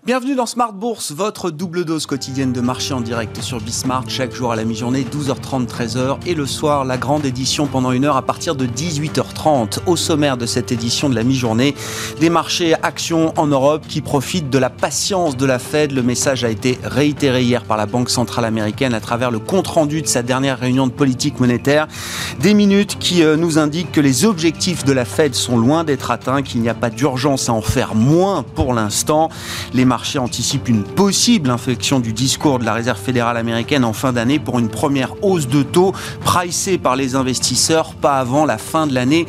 Bienvenue dans Smart Bourse, votre double dose quotidienne de marché en direct sur Bismart, chaque jour à la mi-journée, 12h30, 13h, et le soir, la grande édition pendant une heure à partir de 18h30. Au sommaire de cette édition de la mi-journée, des marchés actions en Europe qui profitent de la patience de la Fed. Le message a été réitéré hier par la Banque centrale américaine à travers le compte-rendu de sa dernière réunion de politique monétaire. Des minutes qui nous indiquent que les objectifs de la Fed sont loin d'être atteints, qu'il n'y a pas d'urgence à en faire moins pour l'instant. Les marchés anticipent une possible inflexion du discours de la Réserve fédérale américaine en fin d'année pour une première hausse de taux pricée par les investisseurs pas avant la fin de l'année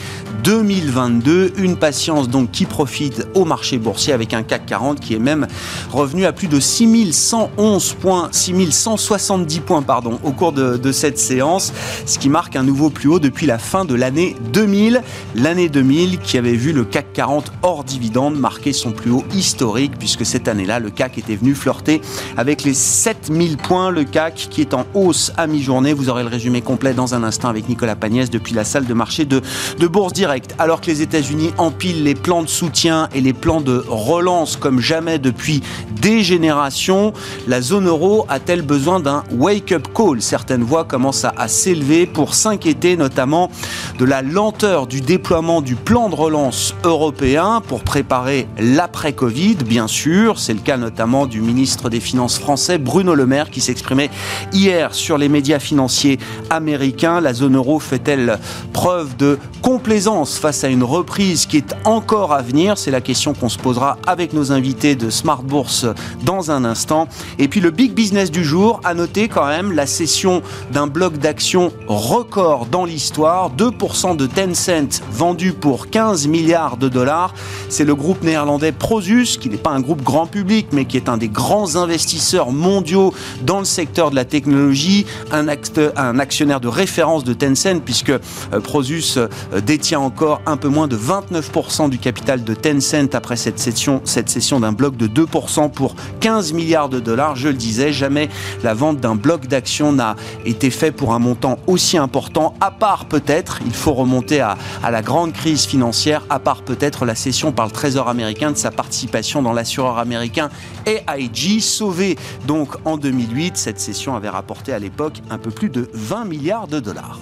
2022. Une patience donc qui profite au marché boursier avec un CAC 40 qui est même revenu à plus de 6111 points, 6170 points au cours de cette séance, ce qui marque un nouveau plus haut depuis la fin de l'année 2000. L'année 2000 qui avait vu le CAC 40 hors dividende marquer son plus haut historique puisque cette année-là, le CAC était venu flirter avec les 7000 points. Le CAC qui est en hausse à mi-journée. Vous aurez le résumé complet dans un instant avec Nicolas Pagnès depuis la salle de marché de Bourse Direct. Alors que les États-Unis empilent les plans de soutien et les plans de relance comme jamais depuis des générations, la zone euro a-t-elle besoin d'un wake-up call ? Certaines voix commencent à s'élever pour s'inquiéter notamment de la lenteur du déploiement du plan de relance européen pour préparer l'après-Covid, bien sûr. C'est le cas notamment du ministre des Finances français, Bruno Le Maire, qui s'exprimait hier sur les médias financiers américains. La zone euro fait-elle preuve de complaisance face à une reprise qui est encore à venir ? C'est la question qu'on se posera avec nos invités de Smart Bourse dans un instant. Et puis le big business du jour, à noter quand même la cession d'un bloc d'actions record dans l'histoire. 2% de Tencent vendu pour 15 milliards de dollars. C'est le groupe néerlandais Prosus, qui n'est pas un groupe grand public, mais qui est un des grands investisseurs mondiaux dans le secteur de la technologie, un actionnaire de référence de Tencent, puisque Prosus détient encore un peu moins de 29% du capital de Tencent après cette cession d'un bloc de 2% pour 15 milliards de dollars. Je le disais, jamais la vente d'un bloc d'actions n'a été faite pour un montant aussi important, à part peut-être, il faut remonter à la grande crise financière, à part peut-être la cession par le Trésor américain de sa participation dans l'assureur américain AIG, sauvé donc en 2008. Cette cession avait rapporté à l'époque un peu plus de 20 milliards de dollars.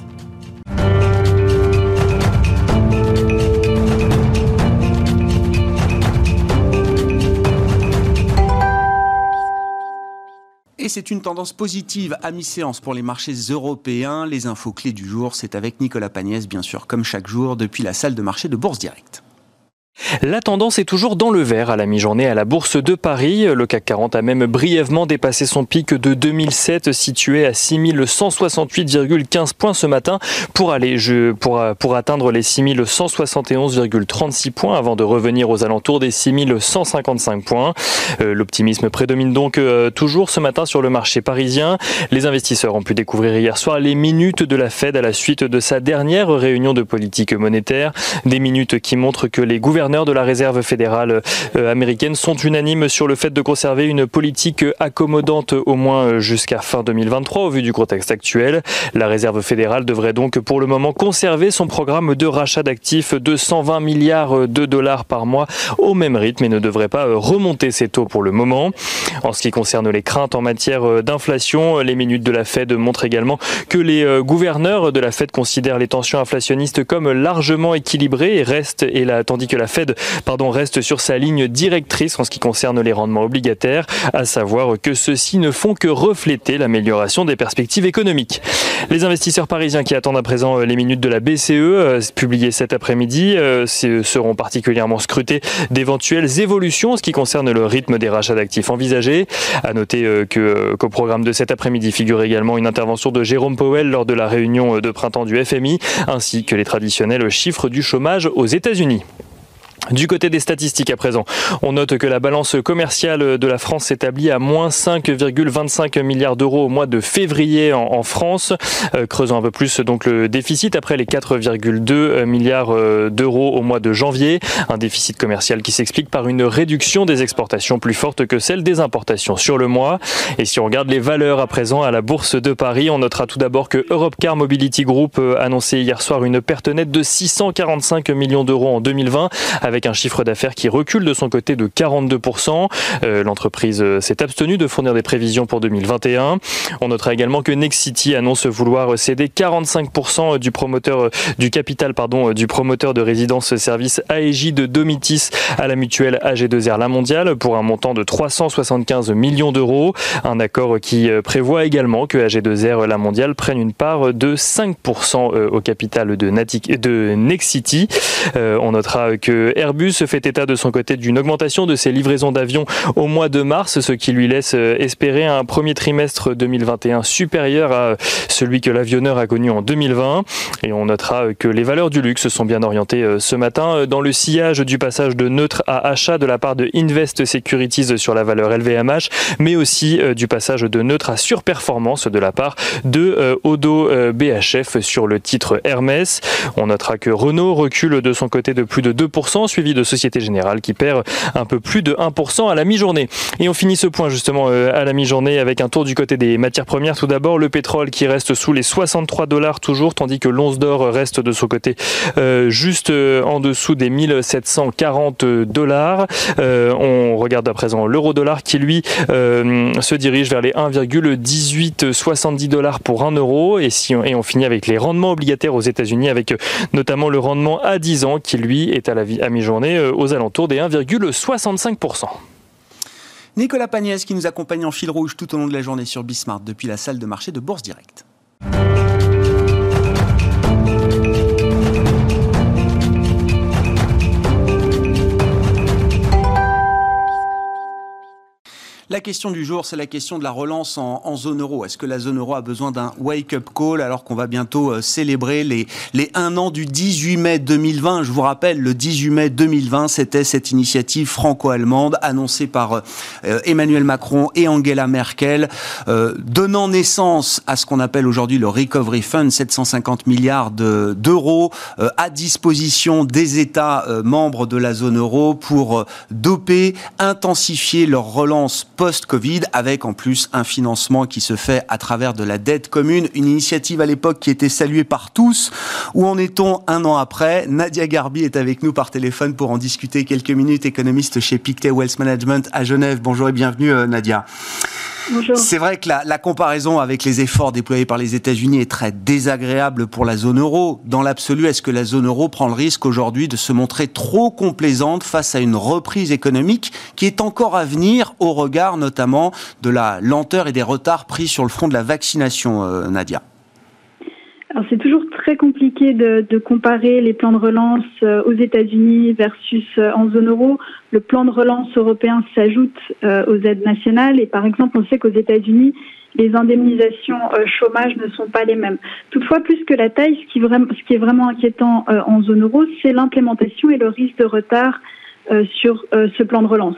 Et c'est une tendance positive à mi-séance pour les marchés européens. Les infos clés du jour, c'est avec Nicolas Pagnès, bien sûr, comme chaque jour, depuis la salle de marché de Bourse Direct. La tendance est toujours dans le vert à la mi-journée à la Bourse de Paris. Le CAC 40 a même brièvement dépassé son pic de 2007, situé à 6168,15 points ce matin, pour atteindre les 6171,36 points avant de revenir aux alentours des 6155 points. L'optimisme prédomine donc toujours ce matin sur le marché parisien. Les investisseurs ont pu découvrir hier soir les minutes de la Fed à la suite de sa dernière réunion de politique monétaire. Des minutes qui montrent que les gouverneurs de la Réserve fédérale américaine sont unanimes sur le fait de conserver une politique accommodante au moins jusqu'à fin 2023 au vu du contexte actuel. La Réserve fédérale devrait donc pour le moment conserver son programme de rachat d'actifs de 120 milliards de dollars par mois au même rythme et ne devrait pas remonter ses taux pour le moment. En ce qui concerne les craintes en matière d'inflation, les minutes de la Fed montrent également que les gouverneurs de la Fed considèrent les tensions inflationnistes comme largement équilibrées tandis que la Fed reste sur sa ligne directrice en ce qui concerne les rendements obligataires, à savoir que ceux-ci ne font que refléter l'amélioration des perspectives économiques. Les investisseurs parisiens qui attendent à présent les minutes de la BCE, publiées cet après-midi, seront particulièrement scrutés d'éventuelles évolutions en ce qui concerne le rythme des rachats d'actifs envisagés. À noter qu'au programme de cet après-midi figure également une intervention de Jérôme Powell lors de la réunion de printemps du FMI, ainsi que les traditionnels chiffres du chômage aux États-Unis. Du côté des statistiques à présent, on note que la balance commerciale de la France s'établit à moins 5,25 milliards d'euros au mois de février en France, creusant un peu plus donc le déficit après les 4,2 milliards d'euros au mois de janvier. Un déficit commercial qui s'explique par une réduction des exportations plus forte que celle des importations sur le mois. Et si on regarde les valeurs à présent à la Bourse de Paris, on notera tout d'abord que Europcar Mobility Group annonçait hier soir une perte nette de 645 millions d'euros en 2020, avec avec un chiffre d'affaires qui recule de son côté de 42%. L'entreprise s'est abstenue de fournir des prévisions pour 2021. On notera également que Nexity annonce vouloir céder 45% du capital du promoteur de résidence service AEJ de Domitis à la mutuelle AG2R La Mondiale pour un montant de 375 millions d'euros. Un accord qui prévoit également que AG2R La Mondiale prenne une part de 5% au capital de Nexity. On notera que Airbus fait état de son côté d'une augmentation de ses livraisons d'avions au mois de mars, ce qui lui laisse espérer un premier trimestre 2021 supérieur à celui que l'avionneur a connu en 2020. Et on notera que les valeurs du luxe sont bien orientées ce matin dans le sillage du passage de neutre à achat de la part de Invest Securities sur la valeur LVMH, mais aussi du passage de neutre à surperformance de la part de Oddo BHF sur le titre Hermès. On notera que Renault recule de son côté de plus de 2%, suivi de Société Générale qui perd un peu plus de 1% à la mi-journée. Et on finit ce point justement à la mi-journée avec un tour du côté des matières premières. Tout d'abord, le pétrole qui reste sous les $63 toujours, tandis que l'once d'or reste de son côté juste en dessous des $1,740. On regarde à présent l'euro-dollar qui lui se dirige vers les 1,1870 $ pour 1 euro. Et on finit avec les rendements obligataires aux États-Unis avec notamment le rendement à 10 ans qui lui est à mi-journée aux alentours des 1,65%. Nicolas Pagnès qui nous accompagne en fil rouge tout au long de la journée sur Bismart depuis la salle de marché de Bourse Direct. La question du jour, c'est la question de la relance en zone euro. Est-ce que la zone euro a besoin d'un wake-up call alors qu'on va bientôt célébrer les 1 an du 18 mai 2020 ? Je vous rappelle, le 18 mai 2020, c'était cette initiative franco-allemande annoncée par Emmanuel Macron et Angela Merkel, donnant naissance à ce qu'on appelle aujourd'hui le Recovery Fund, 750 milliards d'euros à disposition des États membres de la zone euro pour doper, intensifier leur relance post-Covid, avec en plus un financement qui se fait à travers de la dette commune. Une initiative à l'époque qui était saluée par tous. Où en est-on 1 an après ? Nadia Garbi est avec nous par téléphone pour en discuter quelques minutes, économiste chez Pictet Wealth Management à Genève. Bonjour et bienvenue Nadia. Bonjour. C'est vrai que la comparaison avec les efforts déployés par les États-Unis est très désagréable pour la zone euro. Dans l'absolu, est-ce que la zone euro prend le risque aujourd'hui de se montrer trop complaisante face à une reprise économique qui est encore à venir au regard notamment de la lenteur et des retards pris sur le front de la vaccination, Nadia ? Alors c'est toujours très compliqué de comparer les plans de relance aux États-Unis versus en zone euro. Le plan de relance européen s'ajoute aux aides nationales et par exemple on sait qu'aux États-Unis les indemnisations chômage ne sont pas les mêmes. Toutefois, plus que la taille, ce qui est vraiment inquiétant en zone euro, c'est l'implémentation et le risque de retard sur ce plan de relance.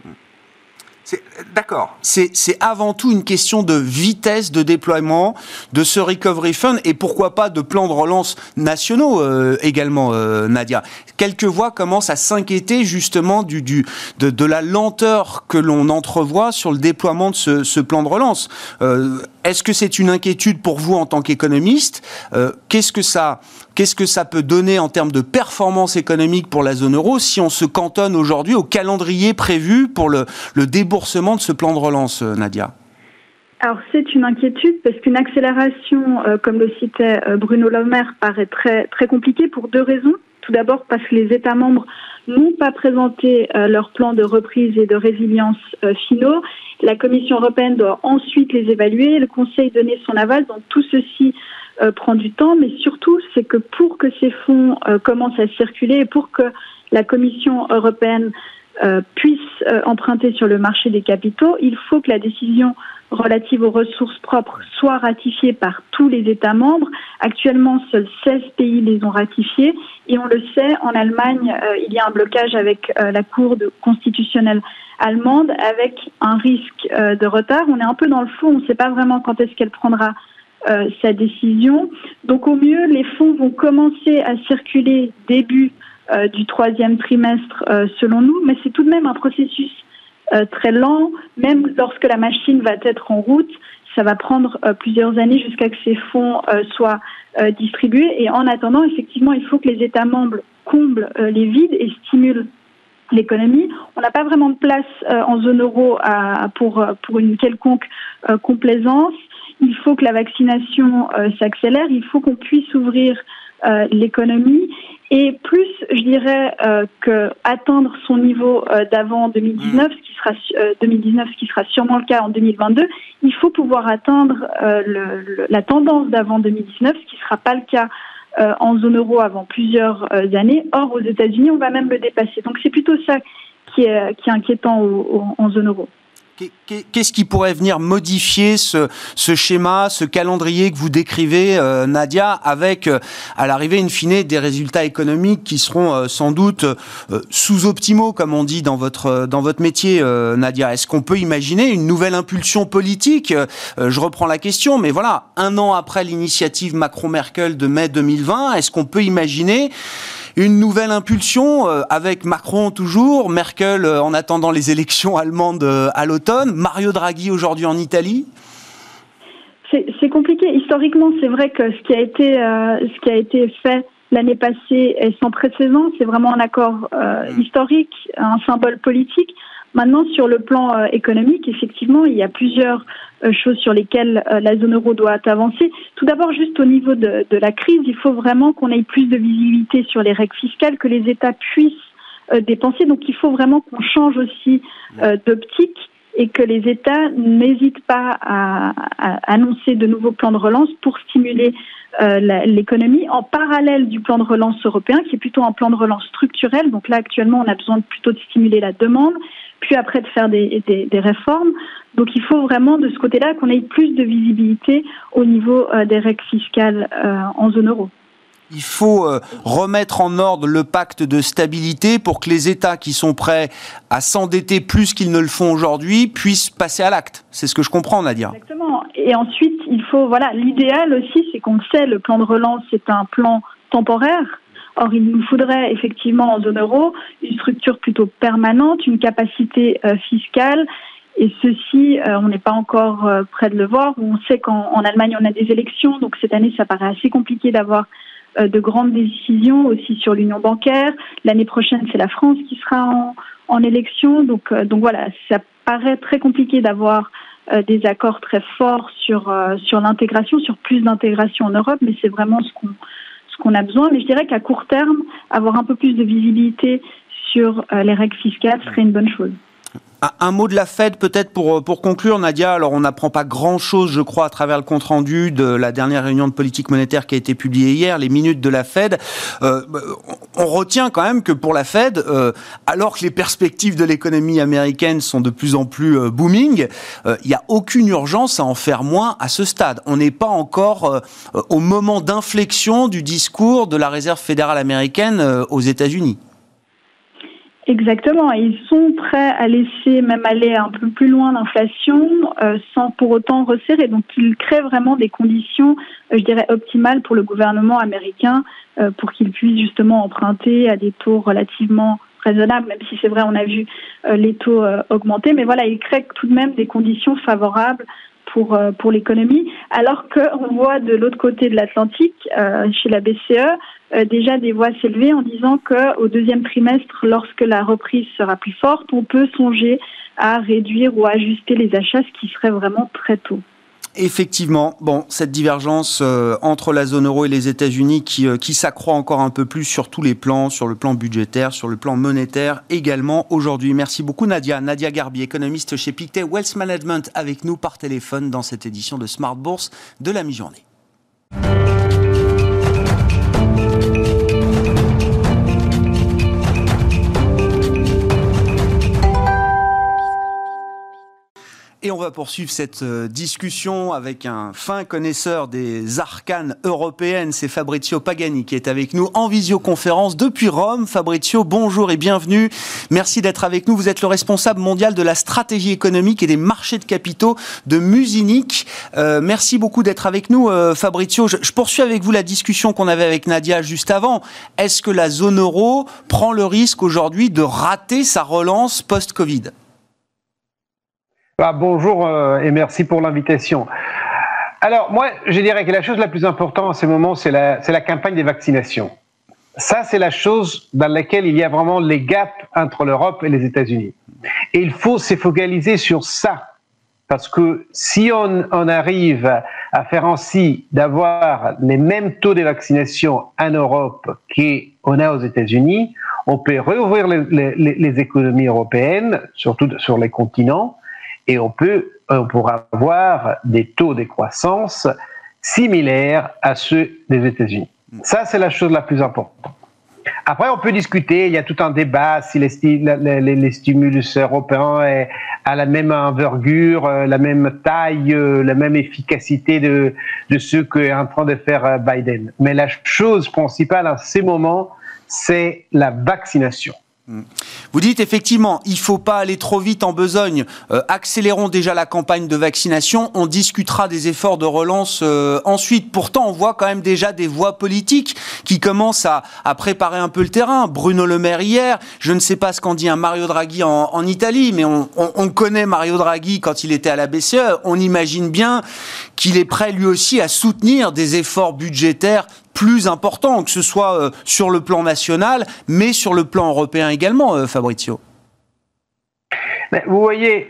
D'accord. C'est avant tout une question de vitesse de déploiement de ce Recovery Fund et pourquoi pas de plans de relance nationaux également, Nadia. Quelques voix commencent à s'inquiéter justement de la lenteur que l'on entrevoit sur le déploiement de ce plan de relance. Est-ce que c'est une inquiétude pour vous en tant qu'économiste ? Qu'est-ce que ça peut donner en termes de performance économique pour la zone euro si on se cantonne aujourd'hui au calendrier prévu pour le déboursement de ce plan de relance, Nadia ? Alors c'est une inquiétude parce qu'une accélération, comme le citait Bruno Le Maire, paraît très, très compliquée pour 2 raisons. Tout d'abord parce que les États membres n'ont pas présenté leur plan de reprise et de résilience finaux. La Commission européenne doit ensuite les évaluer, le Conseil donner son aval, donc tout ceci prend du temps, mais surtout c'est que pour que ces fonds commencent à circuler et pour que la Commission européenne puisse emprunter sur le marché des capitaux, il faut que la décision relative aux ressources propres soit ratifiée par tous les États membres. Actuellement, seuls 16 pays les ont ratifiées et on le sait, en Allemagne, il y a un blocage avec la Cour constitutionnelle allemande avec un risque de retard. On est un peu dans le flou, on ne sait pas vraiment quand est-ce qu'elle prendra sa décision. Donc au mieux, les fonds vont commencer à circuler début du 3e trimestre selon nous, mais c'est tout de même un processus très lent. Même lorsque la machine va être en route, ça va prendre plusieurs années jusqu'à que ces fonds soient distribués. Et en attendant, effectivement, il faut que les États membres comblent les vides et stimulent l'économie. On n'a pas vraiment de place en zone euro pour une quelconque complaisance. Il faut que la vaccination s'accélère, il faut qu'on puisse ouvrir l'économie et plus, je dirais, que atteindre son niveau d'avant 2019, ce qui sera sûrement le cas en 2022, il faut pouvoir atteindre la tendance d'avant 2019, ce qui ne sera pas le cas en zone euro avant plusieurs années. Or, aux États-Unis, on va même le dépasser. Donc, c'est plutôt ça qui est inquiétant en zone euro. Qu'est-ce qui pourrait venir modifier ce schéma, ce calendrier que vous décrivez, Nadia, avec à l'arrivée, in fine, des résultats économiques qui seront sans doute sous-optimaux, comme on dit dans votre métier, Nadia? Est-ce qu'on peut imaginer une nouvelle impulsion politique? Je reprends la question, mais voilà, 1 an après l'initiative Macron-Merkel de mai 2020, est-ce qu'on peut imaginer une nouvelle impulsion avec Macron toujours, Merkel en attendant les élections allemandes à l'automne, Mario Draghi aujourd'hui en Italie? C'est compliqué. Historiquement, c'est vrai que ce qui a été fait l'année passée est sans précédent. C'est vraiment un accord historique, un symbole politique. Maintenant, sur le plan économique, effectivement, il y a plusieurs choses sur lesquelles la zone euro doit avancer. Tout d'abord, juste au niveau de la crise, il faut vraiment qu'on ait plus de visibilité sur les règles fiscales, que les États puissent dépenser. Donc, il faut vraiment qu'on change aussi d'optique et que les États n'hésitent pas à annoncer de nouveaux plans de relance pour stimuler l'économie en parallèle du plan de relance européen, qui est plutôt un plan de relance structurel. Donc là, actuellement, on a besoin plutôt de stimuler la demande, puis après de faire des réformes. Donc il faut vraiment, de ce côté-là, qu'on ait plus de visibilité au niveau des règles fiscales en zone euro. Il faut remettre en ordre le pacte de stabilité pour que les États qui sont prêts à s'endetter plus qu'ils ne le font aujourd'hui puissent passer à l'acte. C'est ce que je comprends, Nadia. Exactement. Et ensuite, il faut, l'idéal aussi, c'est qu'on le sait, le plan de relance, c'est un plan temporaire. Or, il nous faudrait effectivement en zone euro une structure plutôt permanente, une capacité fiscale. Et ceci, on n'est pas encore près de le voir. On sait qu'en Allemagne, on a des élections. Donc cette année, ça paraît assez compliqué d'avoir de grandes décisions aussi sur l'union bancaire. L'année prochaine, c'est la France qui sera en élection. Donc voilà, ça paraît très compliqué d'avoir des accords très forts sur l'intégration, sur plus d'intégration en Europe. Mais c'est vraiment ce qu'on a besoin. Mais je dirais qu'à court terme, avoir un peu plus de visibilité sur les règles fiscales serait une bonne chose. Un mot de la Fed peut-être pour conclure, Nadia. Alors on n'apprend pas grand-chose, je crois, à travers le compte-rendu de la dernière réunion de politique monétaire qui a été publiée hier, les minutes de la Fed. On retient quand même que pour la Fed, alors que les perspectives de l'économie américaine sont de plus en plus booming, il n'y a aucune urgence à en faire moins à ce stade. On n'est pas encore au moment d'inflexion du discours de la Réserve fédérale américaine aux États-Unis. Exactement. Ils sont prêts à laisser même aller un peu plus loin l'inflation sans pour autant resserrer. Donc, ils créent vraiment des conditions, je dirais, optimales pour le gouvernement américain pour qu'il puisse justement emprunter à des taux relativement raisonnables, même si c'est vrai, on a vu les taux augmenter. Mais voilà, ils créent tout de même des conditions favorables pour l'économie, alors qu'on voit de l'autre côté de l'Atlantique, chez la BCE, déjà des voix s'élever en disant qu'au deuxième trimestre, lorsque la reprise sera plus forte, on peut songer à réduire ou à ajuster les achats, ce qui serait vraiment très tôt. Effectivement, cette divergence entre la zone euro et les États-Unis qui s'accroît encore un peu plus sur tous les plans, sur le plan budgétaire, sur le plan monétaire également aujourd'hui. Merci beaucoup Nadia. Nadia Garbi, économiste chez Pictet Wealth Management, avec nous par téléphone dans cette édition de Smart Bourse de la mi-journée. Et on va poursuivre cette discussion avec un fin connaisseur des arcanes européennes. C'est Fabrizio Pagani qui est avec nous en visioconférence depuis Rome. Fabrizio, bonjour et bienvenue. Merci d'être avec nous. Vous êtes le responsable mondial de la stratégie économique et des marchés de capitaux de Muzinich. Merci beaucoup d'être avec nous, Fabrizio. Je poursuis avec vous la discussion qu'on avait avec Nadia juste avant. Est-ce que la zone euro prend le risque aujourd'hui de rater sa relance post-Covid ? Bonjour et merci pour l'invitation. Alors moi, je dirais que la chose la plus importante en ce moment, c'est la campagne des vaccinations. Ça, c'est la chose dans laquelle il y a vraiment les gaps entre l'Europe et les États-Unis. Et il faut se focaliser sur ça. Parce que si on arrive à faire ainsi d'avoir les mêmes taux de vaccination en Europe qu'on a aux États-Unis, on peut réouvrir les économies européennes, surtout sur les continents, et on pourra avoir des taux de croissance similaires à ceux des États-Unis. Ça, c'est la chose la plus importante. Après, on peut discuter, il y a tout un débat si les stimulus européens à la même envergure, la même taille, la même efficacité de ce qu'est en train de faire Biden. Mais la chose principale en ces moments, c'est la vaccination. Vous dites effectivement, il ne faut pas aller trop vite en besogne. Accélérons déjà la campagne de vaccination. On discutera des efforts de relance ensuite. Pourtant, on voit quand même déjà des voix politiques qui commencent à préparer un peu le terrain. Bruno Le Maire hier, je ne sais pas ce qu'en dit un Mario Draghi en Italie, mais on connaît Mario Draghi quand il était à la BCE. On imagine bien qu'il est prêt lui aussi à soutenir des efforts budgétaires plus important, que ce soit sur le plan national, mais sur le plan européen également, Fabrizio. Mais vous voyez,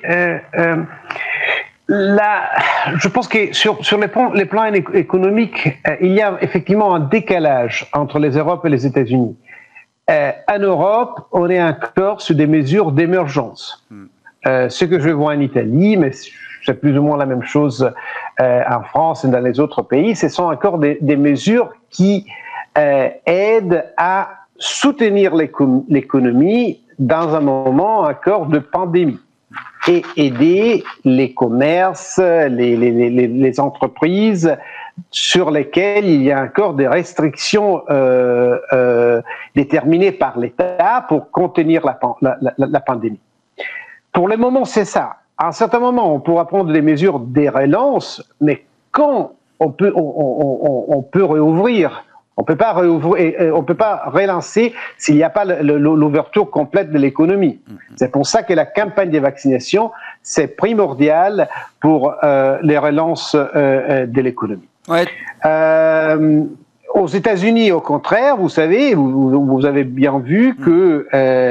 là, je pense que sur les plans économiques, il y a effectivement un décalage entre les Europes et les États-Unis. En Europe, on est encore sur des mesures d'émergence. Ce que je vois en Italie, mais c'est plus ou moins la même chose en France et dans les autres pays, ce sont encore des mesures qui aident à soutenir l'économie dans un moment encore de pandémie et aider les commerces, les entreprises sur lesquelles il y a encore des restrictions déterminées par l'État pour contenir la pandémie. Pour le moment, c'est ça. À un certain moment, on pourra prendre des mesures de relance, mais quand on peut réouvrir, on peut pas relancer s'il n'y a pas l'ouverture complète de l'économie. C'est pour ça que la campagne de vaccination, c'est primordial pour les relances de l'économie. Ouais. Aux États-Unis, au contraire, vous savez, vous avez bien vu que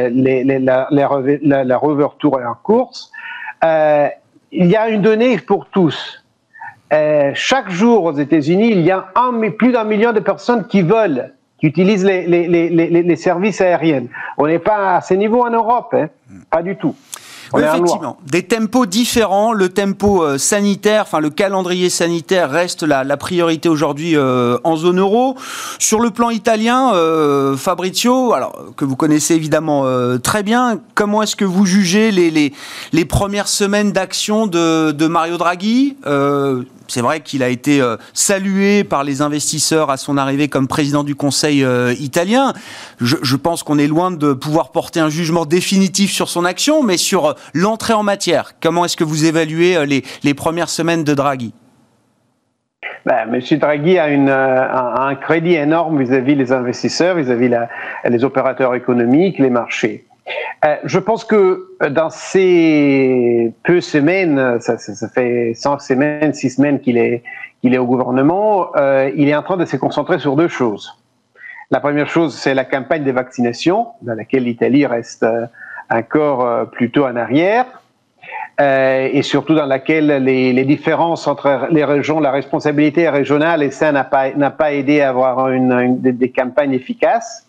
la réouverture est en course. Il y a une donnée pour tous. Chaque jour aux États-Unis, il y a plus d'1 million de personnes qui utilisent les services aériens. On n'est pas à ce niveau en Europe, pas du tout. Oui, effectivement, des tempos différents. Le tempo sanitaire, enfin le calendrier sanitaire reste la priorité aujourd'hui en zone euro. Sur le plan italien, Fabrizio, alors que vous connaissez évidemment très bien, comment est-ce que vous jugez les premières semaines d'action de Mario Draghi ? C'est vrai qu'il a été salué par les investisseurs à son arrivée comme président du Conseil italien. Je pense qu'on est loin de pouvoir porter un jugement définitif sur son action, mais sur l'entrée en matière, comment est-ce que vous évaluez les premières semaines de Draghi ? Monsieur Draghi a un crédit énorme vis-à-vis des investisseurs, vis-à-vis les opérateurs économiques, les marchés. Je pense que dans ces peu semaines, ça fait 5 semaines, 6 semaines qu'il est au gouvernement, il est en train de se concentrer sur 2 choses. La première chose, c'est la campagne de vaccination, dans laquelle l'Italie reste encore plutôt en arrière, et surtout dans laquelle les différences entre les régions, la responsabilité régionale, et ça n'a pas aidé à avoir des campagnes efficaces.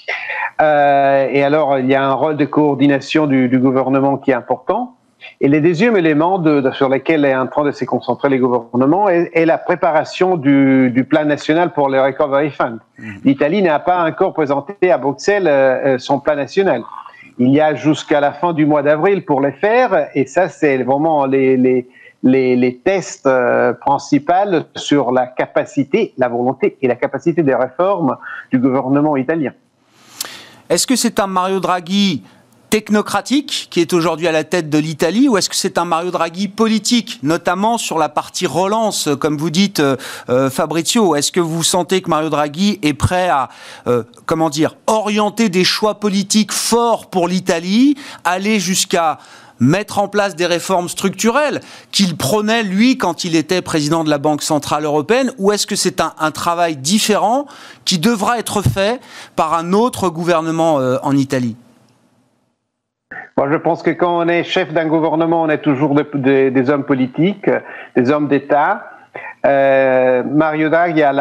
Et alors, il y a un rôle de coordination du gouvernement qui est important. Et le deuxième élément sur lequel est en train de se concentrer les gouvernements est la préparation du plan national pour le Recovery Fund. L'Italie n'a pas encore présenté à Bruxelles son plan national. Il y a jusqu'à la fin du mois d'avril pour le faire, et ça, c'est vraiment les tests principaux sur la capacité, la volonté et la capacité des réformes du gouvernement italien. Est-ce que c'est un Mario Draghi technocratique qui est aujourd'hui à la tête de l'Italie, ou est-ce que c'est un Mario Draghi politique, notamment sur la partie relance, comme vous dites, Fabrizio? Est-ce que vous sentez que Mario Draghi est prêt à, orienter des choix politiques forts pour l'Italie, aller jusqu'à mettre en place des réformes structurelles qu'il prônait, lui, quand il était président de la Banque Centrale Européenne, ou est-ce que c'est un travail différent qui devra être fait par un autre gouvernement en Italie? Moi, je pense que quand on est chef d'un gouvernement, on est toujours des hommes politiques, des hommes d'État. Mario Draghi a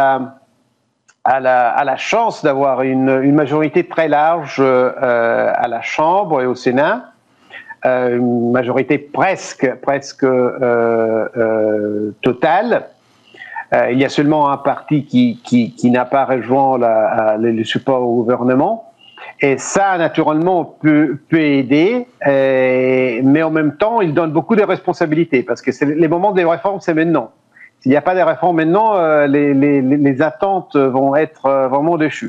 la chance d'avoir une majorité très large à la Chambre et au Sénat, une majorité presque totale. Il y a seulement un parti qui n'a pas rejoint le support au gouvernement. Et ça, naturellement, peut aider, mais en même temps, il donne beaucoup de responsabilités, parce que les moments des réformes, c'est maintenant. S'il n'y a pas de réformes maintenant, les attentes vont être vraiment déchues.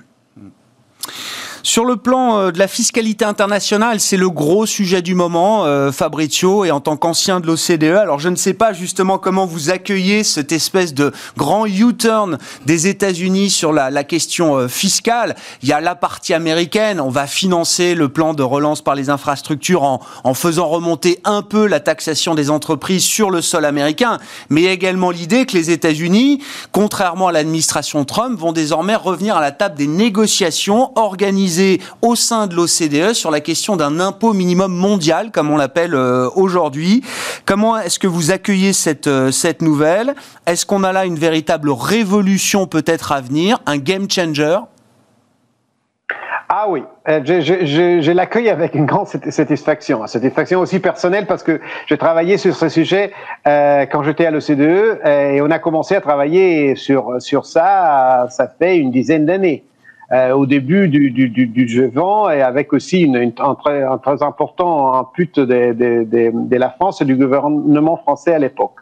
Sur le plan de la fiscalité internationale, c'est le gros sujet du moment, Fabrizio, et en tant qu'ancien de l'OCDE, alors je ne sais pas justement comment vous accueillez cette espèce de grand U-turn des États-Unis sur la question fiscale. Il y a la partie américaine, on va financer le plan de relance par les infrastructures en faisant remonter un peu la taxation des entreprises sur le sol américain, mais il y a également l'idée que les États-Unis, contrairement à l'administration Trump, vont désormais revenir à la table des négociations organisées au sein de l'OCDE sur la question d'un impôt minimum mondial, comme on l'appelle aujourd'hui. Comment est-ce que vous accueillez cette nouvelle? Est-ce qu'on a là une véritable révolution peut-être à venir, un game changer? Ah oui, je l'accueille avec une grande satisfaction aussi personnelle, parce que j'ai travaillé sur ce sujet quand j'étais à l'OCDE et on a commencé à travailler sur ça fait une dizaine d'années. Au début du G20, et avec aussi un très important input de la France et du gouvernement français à l'époque.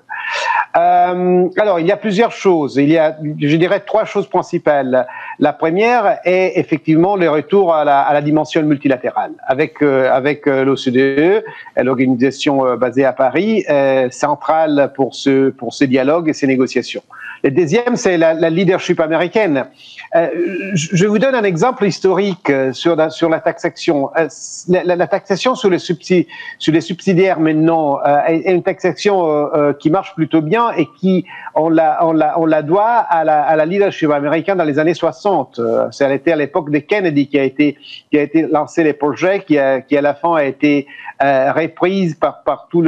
Alors, il y a plusieurs choses. Il y a, je dirais, 3 choses principales. La première est effectivement le retour à la dimension multilatérale, avec l'OCDE, l'organisation basée à Paris, centrale pour ce dialogue et ces négociations. Le deuxième, c'est la leadership américaine. Je vous donne un exemple historique sur la taxation. La taxation sur les subsidiaires maintenant est une taxation qui marche plutôt bien et qui on la doit à la leadership américaine dans les années 60. Ça a été à l'époque de Kennedy qui a été lancé les projets, qui à la fin a été reprise par tous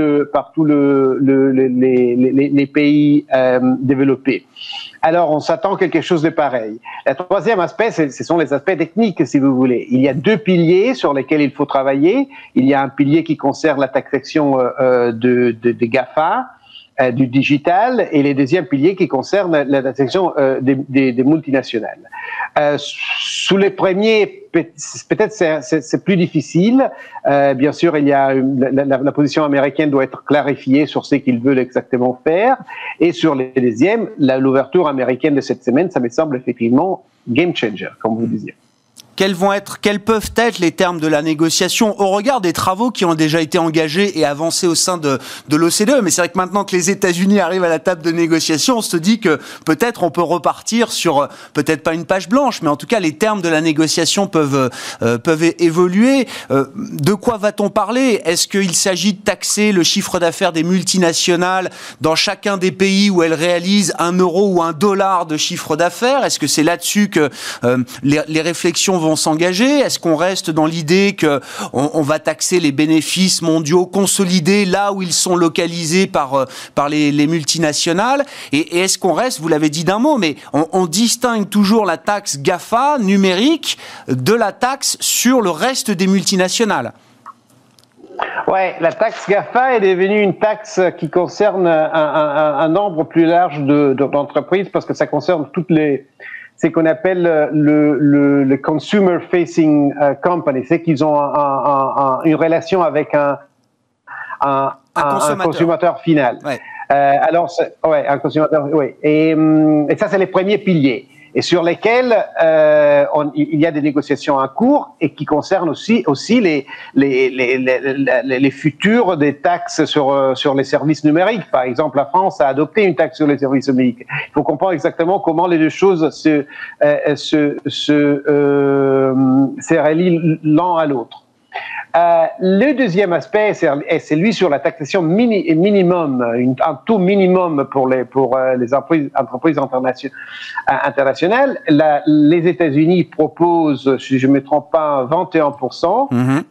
les pays développés. Alors, on s'attend à quelque chose de pareil. Le troisième aspect, ce sont les aspects techniques, si vous voulez. Il y a 2 piliers sur lesquels il faut travailler. Il y a un pilier qui concerne la taxation de GAFA, du digital, et le deuxième pilier qui concerne la taxation des multinationales. Sous les premiers, peut-être c'est plus difficile. Bien sûr, il y a la position américaine doit être clarifiée sur ce qu'ils veulent exactement faire. Et sur les deuxièmes, l'ouverture américaine de cette semaine, ça me semble effectivement game changer, comme vous disiez. Quels peuvent être les termes de la négociation au regard des travaux qui ont déjà été engagés et avancés au sein de l'OCDE? Mais c'est vrai que maintenant que les États-Unis arrivent à la table de négociation, on se dit que peut-être on peut repartir sur, peut-être pas une page blanche, mais en tout cas les termes de la négociation peuvent évoluer. De quoi va-t-on parler? Est-ce qu'il s'agit de taxer le chiffre d'affaires des multinationales dans chacun des pays où elles réalisent 1 euro ou 1 dollar de chiffre d'affaires? Est-ce que c'est là-dessus que les réflexions vont s'engager? Est-ce qu'on reste dans l'idée qu'on va taxer les bénéfices mondiaux consolidés là où ils sont localisés par les multinationales? Et est-ce qu'on reste, vous l'avez dit d'un mot, mais on distingue toujours la taxe GAFA numérique de la taxe sur le reste des multinationales? Ouais, la taxe GAFA est devenue une taxe qui concerne un nombre plus large d'entreprises, parce que ça concerne c'est qu'on appelle le consumer facing company, c'est qu'ils ont une relation avec un consommateur final. Ouais. Un consommateur, oui. Et ça, c'est les premiers piliers, et sur lesquels il y a des négociations en cours et qui concernent aussi les futurs des taxes sur les services numériques. Par exemple, la France a adopté une taxe sur les services numériques. Il faut comprendre exactement comment les deux choses se relient l'un à l'autre. Le deuxième aspect, c'est celui sur la taxation minimum, un taux minimum pour les entreprises internationales. Les États-Unis proposent, si je ne me trompe pas, 21%.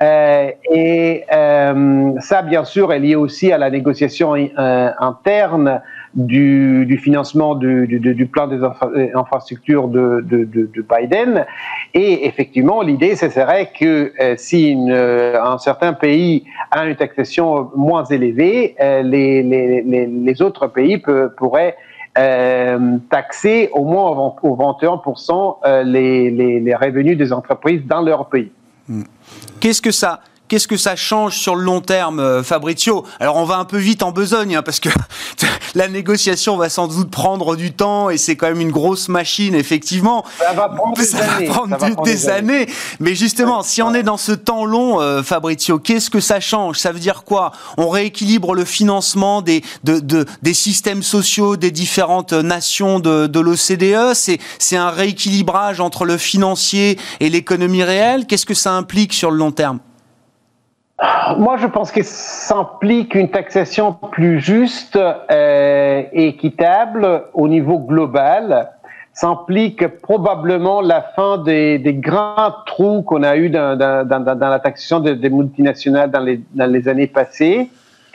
Ça, bien sûr, est lié aussi à la négociation interne du financement du plan des infrastructures de Biden. Et effectivement, l'idée, ce serait que si un certain pays a une taxation moins élevée, les autres pays pourraient taxer au moins au 21% les revenus des entreprises dans leur pays. Qu'est-ce que ça change sur le long terme, Fabrizio? Alors, on va un peu vite en besogne, parce que la négociation va sans doute prendre du temps et c'est quand même une grosse machine, effectivement. Ça va prendre des années. Mais justement, si on est dans ce temps long, Fabrizio, qu'est-ce que ça change? Ça veut dire quoi? On rééquilibre le financement des systèmes sociaux des différentes nations de l'OCDE. C'est un rééquilibrage entre le financier et l'économie réelle. Qu'est-ce que ça implique sur le long terme? Moi, je pense que ça implique une taxation plus juste et équitable au niveau global. Ça implique probablement la fin des grands trous qu'on a eu dans la taxation des multinationales dans les années passées.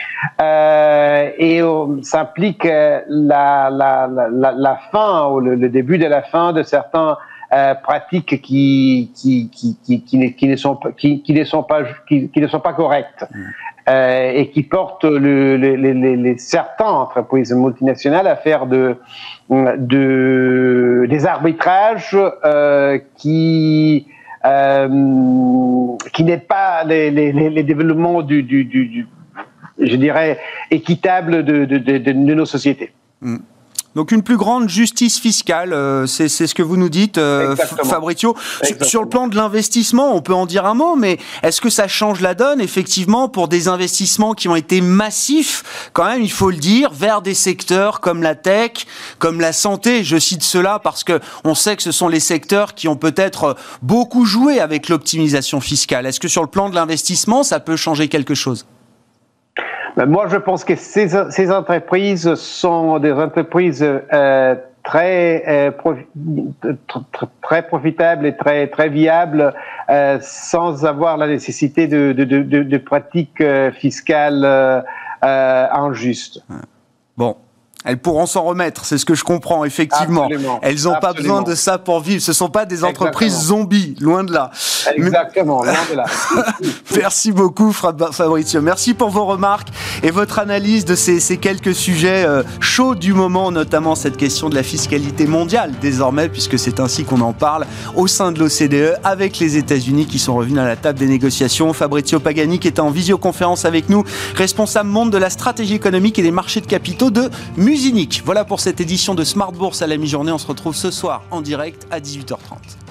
Et ça implique la fin ou le début de la fin de certains pratiques qui ne sont pas correctes et qui portent certaines entreprises multinationales à faire des arbitrages qui n'aident pas les développements je dirais équitable de nos sociétés. Donc une plus grande justice fiscale, c'est ce que vous nous dites, Fabrizio. Sur le plan de l'investissement, on peut en dire un mot, mais est-ce que ça change la donne, effectivement, pour des investissements qui ont été massifs, quand même, il faut le dire, vers des secteurs comme la tech, comme la santé? Je cite cela parce que on sait que ce sont les secteurs qui ont peut-être beaucoup joué avec l'optimisation fiscale. Est-ce que sur le plan de l'investissement, ça peut changer quelque chose? Moi, je pense que ces entreprises sont des entreprises très profitables et très viables, sans avoir la nécessité de pratiques fiscales injustes. Bon. Elles pourront s'en remettre, c'est ce que je comprends, effectivement. Absolument. Elles n'ont pas besoin de ça pour vivre. Ce ne sont pas des entreprises zombies, loin de là. Exactement, loin de là. Merci beaucoup, Fabrizio. Merci pour vos remarques et votre analyse de ces quelques sujets chauds du moment, notamment cette question de la fiscalité mondiale, désormais, puisque c'est ainsi qu'on en parle au sein de l'OCDE, avec les États-Unis qui sont revenus à la table des négociations. Fabrizio Pagani qui est en visioconférence avec nous, responsable monde de la stratégie économique et des marchés de capitaux de Musinich. Voilà pour cette édition de Smart Bourse à la mi-journée. On se retrouve ce soir en direct à 18h30.